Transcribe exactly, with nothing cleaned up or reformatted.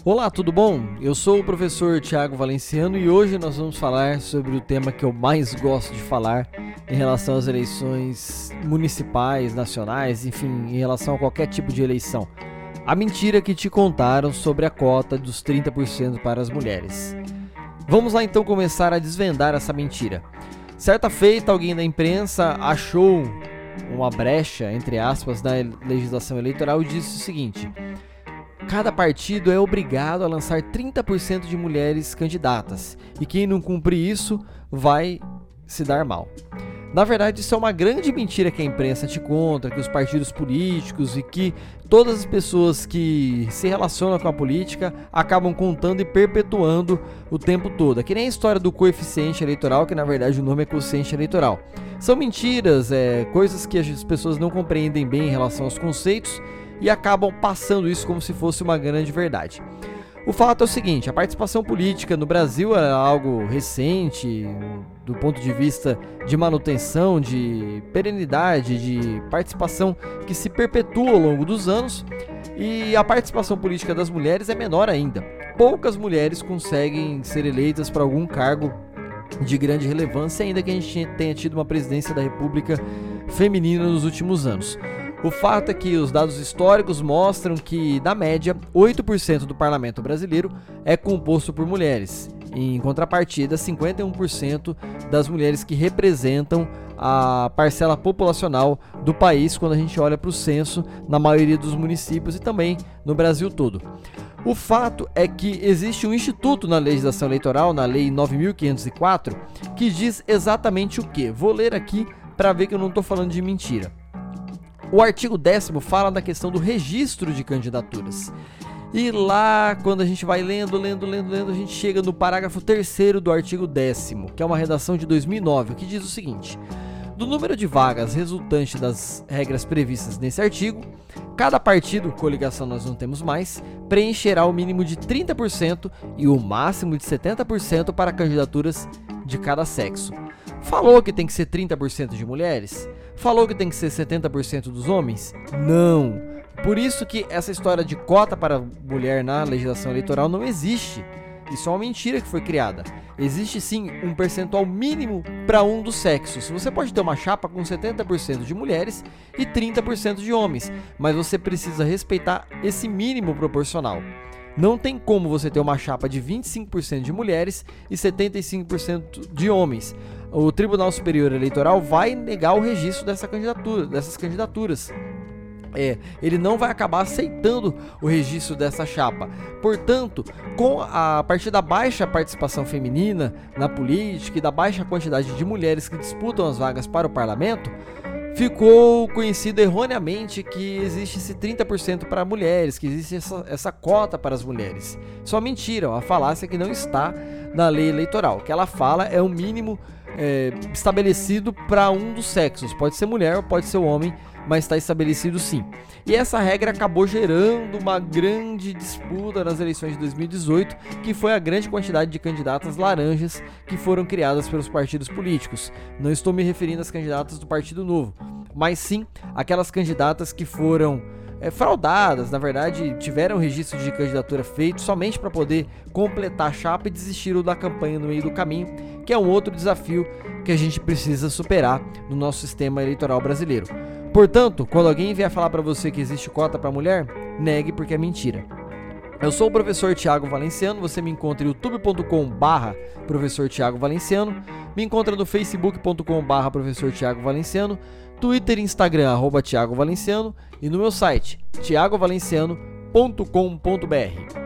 Olá, tudo bom? Eu sou o professor Tiago Valenciano e hoje nós vamos falar sobre o tema que eu mais gosto de falar em relação às eleições municipais, nacionais, enfim, em relação a qualquer tipo de eleição. A mentira que te contaram sobre a cota dos trinta por cento para as mulheres. Vamos lá então começar a desvendar essa mentira. Certa feita, alguém da imprensa achou uma brecha, entre aspas, na legislação eleitoral e disse o seguinte: cada partido é obrigado a lançar trinta por cento de mulheres candidatas, e quem não cumprir isso vai se dar mal. Na verdade, isso é uma grande mentira que a imprensa te conta, que os partidos políticos e que todas as pessoas que se relacionam com a política acabam contando e perpetuando o tempo todo. É que nem a história do coeficiente eleitoral, que na verdade o nome é quociente eleitoral. São mentiras, é, coisas que as pessoas não compreendem bem em relação aos conceitos e acabam passando isso como se fosse uma grande verdade. O fato é o seguinte: a participação política no Brasil é algo recente, do ponto de vista de manutenção, de perenidade, de participação que se perpetua ao longo dos anos, e a participação política das mulheres é menor ainda. Poucas mulheres conseguem ser eleitas para algum cargo de grande relevância, ainda que a gente tenha tido uma presidência da República feminina nos últimos anos. O fato é que os dados históricos mostram que, na média, oito por cento do parlamento brasileiro é composto por mulheres. Em contrapartida, cinquenta e um por cento das mulheres que representam a parcela populacional do país quando a gente olha para o censo na maioria dos municípios e também no Brasil todo. O fato é que existe um instituto na legislação eleitoral, na Lei nove mil quinhentos e quatro, que diz exatamente o quê? Vou ler aqui para ver que eu não estou falando de mentira. O artigo décimo fala da questão do registro de candidaturas. E lá, quando a gente vai lendo, lendo, lendo, lendo, a gente chega no parágrafo terceiro do artigo décimo, que é uma redação de dois mil e nove, que diz o seguinte: do número de vagas resultante das regras previstas nesse artigo, cada partido, coligação nós não temos mais, preencherá o mínimo de trinta por cento e o máximo de setenta por cento para candidaturas de cada sexo. Falou que tem que ser trinta por cento de mulheres? Falou que tem que ser setenta por cento dos homens? Não. Por isso que essa história de cota para mulher na legislação eleitoral não existe. Isso é uma mentira que foi criada. Existe sim um percentual mínimo para um dos sexos. Você pode ter uma chapa com setenta por cento de mulheres e trinta por cento de homens, mas você precisa respeitar esse mínimo proporcional. Não tem como você ter uma chapa de vinte e cinco por cento de mulheres e setenta e cinco por cento de homens. O Tribunal Superior Eleitoral vai negar o registro dessa candidatura, dessas candidaturas. É, ele não vai acabar aceitando o registro dessa chapa. Portanto, com a, a partir da baixa participação feminina na política e da baixa quantidade de mulheres que disputam as vagas para o parlamento, ficou conhecido erroneamente que existe esse trinta por cento para mulheres, que existe essa, essa cota para as mulheres. Isso é uma mentira, uma falácia que não está na lei eleitoral. O que ela fala é um mínimo é, estabelecido para um dos sexos. Pode ser mulher ou pode ser homem, mas está estabelecido sim. E essa regra acabou gerando uma grande disputa nas eleições de dois mil e dezoito, que foi a grande quantidade de candidatas laranjas que foram criadas pelos partidos políticos. Não estou me referindo às candidatas do Partido Novo, mas sim aquelas candidatas que foram é, fraudadas, na verdade tiveram registro de candidatura feito somente para poder completar a chapa e desistiram da campanha no meio do caminho, que é um outro desafio que a gente precisa superar no nosso sistema eleitoral brasileiro. Portanto, quando alguém vier falar para você que existe cota para mulher, negue, porque é mentira. Eu sou o professor Tiago Valenciano, você me encontra em youtube ponto com barra professor Tiago Valenciano, me encontra no facebook ponto com barra professor Tiago Valenciano, Twitter e Instagram, arroba Tiago Valenciano, e no meu site, tiago valenciano ponto com ponto br.